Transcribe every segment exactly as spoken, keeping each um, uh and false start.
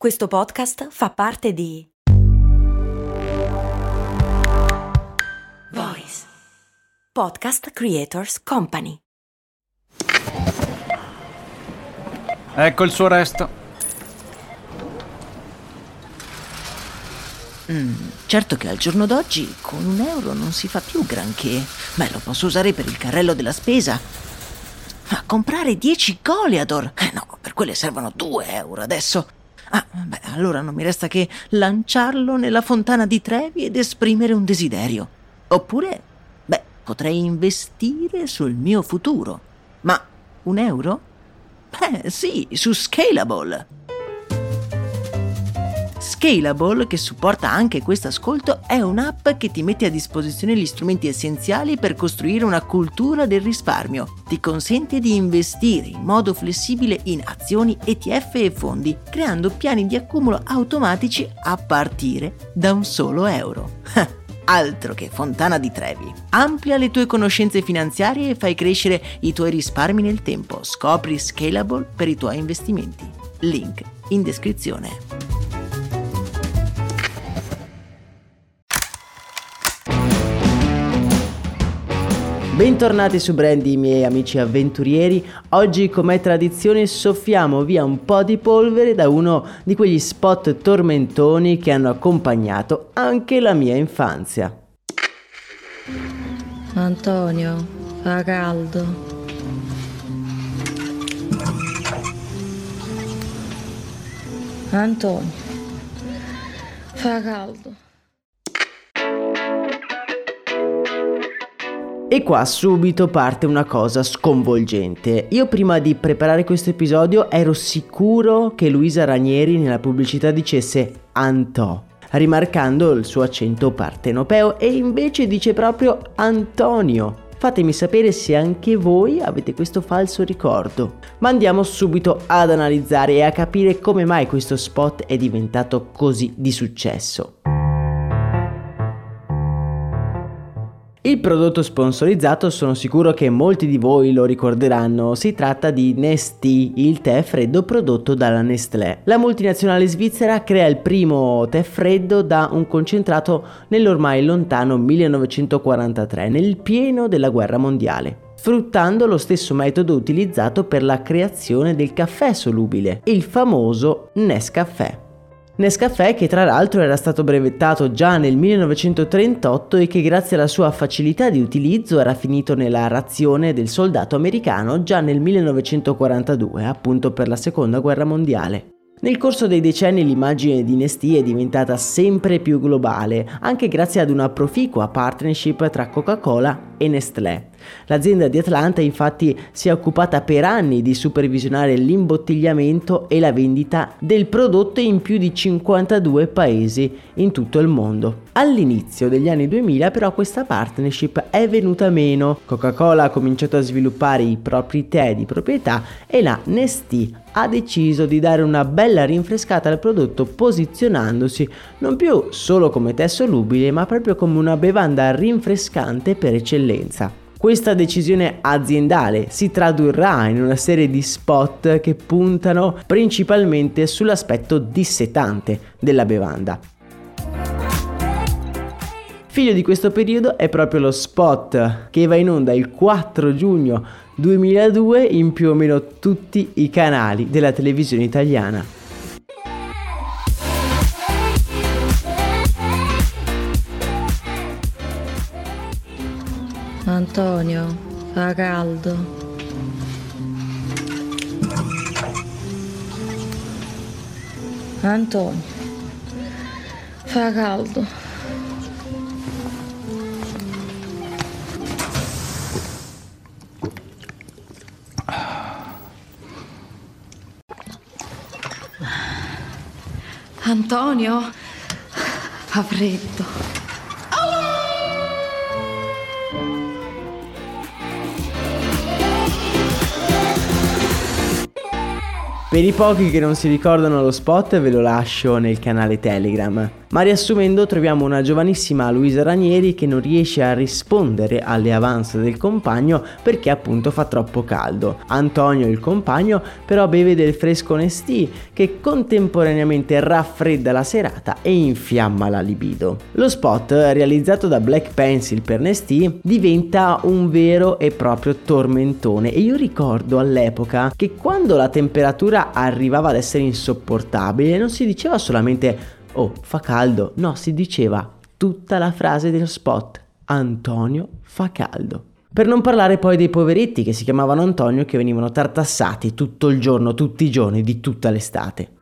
Questo podcast fa parte di Voice Podcast Creators Company. Ecco il suo resto. Mm, certo che al giorno d'oggi con un euro non si fa più granché. Beh, lo posso usare per il carrello della spesa. Ma comprare dieci Goliador? Eh no, per quelle servono due euro adesso. Ah, beh, allora non mi resta che lanciarlo nella fontana di Trevi ed esprimere un desiderio. Oppure, beh, potrei investire sul mio futuro. Ma un euro? Beh, sì, su Scalable. Scalable, che supporta anche questo ascolto, è un'app che ti mette a disposizione gli strumenti essenziali per costruire una cultura del risparmio. Ti consente di investire in modo flessibile in azioni, E T F e fondi, creando piani di accumulo automatici a partire da un solo euro. Altro che fontana di Trevi. Amplia le tue conoscenze finanziarie e fai crescere i tuoi risparmi nel tempo. Scopri Scalable per i tuoi investimenti. Link in descrizione. Bentornati su Brandy, miei amici avventurieri. Oggi, come tradizione, soffiamo via un po' di polvere da uno di quegli spot tormentoni che hanno accompagnato anche la mia infanzia. Antonio, fa caldo. Antonio, fa caldo. E qua subito parte una cosa sconvolgente. Io prima di preparare questo episodio ero sicuro che Luisa Ranieri nella pubblicità dicesse Antò, rimarcando il suo accento partenopeo, e invece dice proprio Antonio. Fatemi sapere se anche voi avete questo falso ricordo. Ma andiamo subito ad analizzare e a capire come mai questo spot è diventato così di successo. Il prodotto sponsorizzato sono sicuro che molti di voi lo ricorderanno, si tratta di Nestea, il tè freddo prodotto dalla Nestlé. La multinazionale svizzera crea il primo tè freddo da un concentrato nell'ormai lontano millenovecentoquarantatré, nel pieno della guerra mondiale, sfruttando lo stesso metodo utilizzato per la creazione del caffè solubile, il famoso Nescafè. Nescafè che tra l'altro era stato brevettato già nel millenovecentotrentotto e che grazie alla sua facilità di utilizzo era finito nella razione del soldato americano già nel millenovecentoquarantadue, appunto per la seconda guerra mondiale. Nel corso dei decenni l'immagine di Nestea è diventata sempre più globale, anche grazie ad una proficua partnership tra Coca-Cola e Nestlé. L'azienda di Atlanta infatti si è occupata per anni di supervisionare l'imbottigliamento e la vendita del prodotto in più di cinquantadue paesi in tutto il mondo. All'inizio degli anni duemila però questa partnership è venuta meno. Coca-Cola ha cominciato a sviluppare i propri tè di proprietà e la Nestea ha deciso di dare una bella rinfrescata al prodotto, posizionandosi non più solo come tè solubile ma proprio come una bevanda rinfrescante per eccellenza. Questa decisione aziendale si tradurrà in una serie di spot che puntano principalmente sull'aspetto dissetante della bevanda. Figlio di questo periodo è proprio lo spot che va in onda il quattro giugno duemiladue in più o meno tutti i canali della televisione italiana. Antonio, fa caldo. Antonio, fa caldo. Antonio, fa freddo. Per i pochi che non si ricordano lo spot ve lo lascio nel canale Telegram. Ma riassumendo, troviamo una giovanissima Luisa Ranieri che non riesce a rispondere alle avance del compagno perché appunto fa troppo caldo. Antonio, il compagno, però beve del fresco Nestea che contemporaneamente raffredda la serata e infiamma la libido. Lo spot, realizzato da Black Pencil per Nestea, diventa un vero e proprio tormentone e io ricordo all'epoca che quando la temperatura arrivava ad essere insopportabile non si diceva solamente "oh, fa caldo", no, si diceva tutta la frase dello spot: Antonio fa caldo. Per non parlare poi dei poveretti che si chiamavano Antonio, che venivano tartassati tutto il giorno, tutti i giorni di tutta l'estate.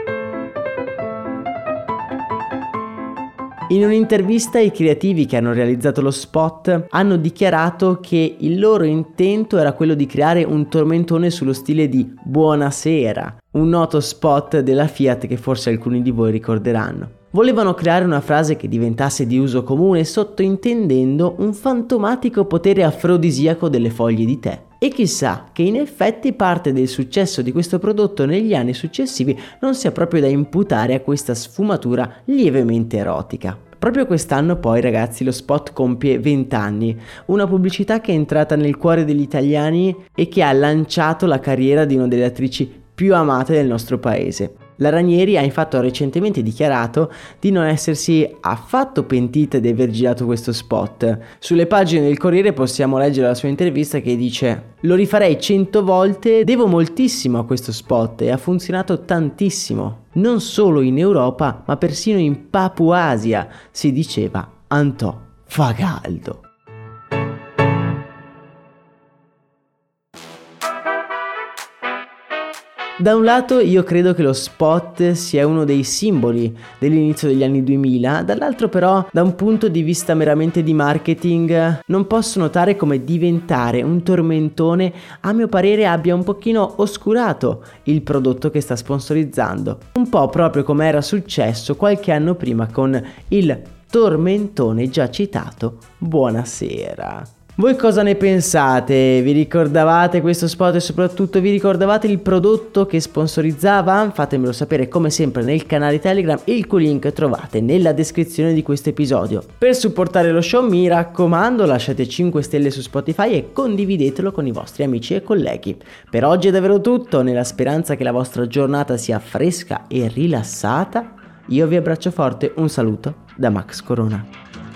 In un'intervista i creativi che hanno realizzato lo spot hanno dichiarato che il loro intento era quello di creare un tormentone sullo stile di Buonasera, un noto spot della Fiat che forse alcuni di voi ricorderanno. Volevano creare una frase che diventasse di uso comune, sottointendendo un fantomatico potere afrodisiaco delle foglie di tè. E chissà che in effetti parte del successo di questo prodotto negli anni successivi non sia proprio da imputare a questa sfumatura lievemente erotica. Proprio quest'anno poi, ragazzi, lo spot compie venti anni, una pubblicità che è entrata nel cuore degli italiani e che ha lanciato la carriera di una delle attrici più amate del nostro paese. La Ranieri ha infatti recentemente dichiarato di non essersi affatto pentita di aver girato questo spot. Sulle pagine del Corriere possiamo leggere la sua intervista che dice: "Lo rifarei cento volte, devo moltissimo a questo spot e ha funzionato tantissimo. Non solo in Europa, ma persino in Papuasia si diceva Antò fa caldo". Da un lato io credo che lo spot sia uno dei simboli dell'inizio degli anni duemila, dall'altro però da un punto di vista meramente di marketing non posso notare come diventare un tormentone a mio parere abbia un pochino oscurato il prodotto che sta sponsorizzando, un po' proprio come era successo qualche anno prima con il tormentone già citato Buonasera. Voi cosa ne pensate? Vi ricordavate questo spot e soprattutto vi ricordavate il prodotto che sponsorizzava? Fatemelo sapere come sempre nel canale Telegram, il cui link trovate nella descrizione di questo episodio. Per supportare lo show mi raccomando lasciate cinque stelle su Spotify e condividetelo con i vostri amici e colleghi. Per oggi è davvero tutto, nella speranza che la vostra giornata sia fresca e rilassata. Io vi abbraccio forte, un saluto da Max Corona.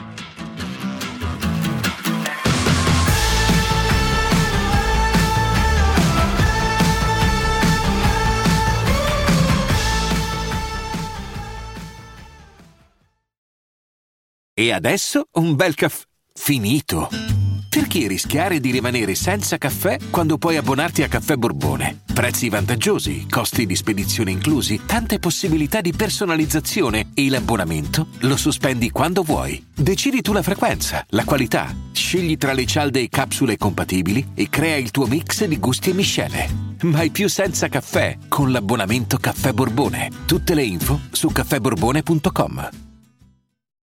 E adesso un bel caffè finito. Perché rischiare di rimanere senza caffè quando puoi abbonarti a Caffè Borbone? Prezzi vantaggiosi, costi di spedizione inclusi, tante possibilità di personalizzazione e l'abbonamento lo sospendi quando vuoi. Decidi tu la frequenza, la qualità, scegli tra le cialde e capsule compatibili e crea il tuo mix di gusti e miscele. Mai più senza caffè con l'abbonamento Caffè Borbone. Tutte le info su caffè borbone punto com.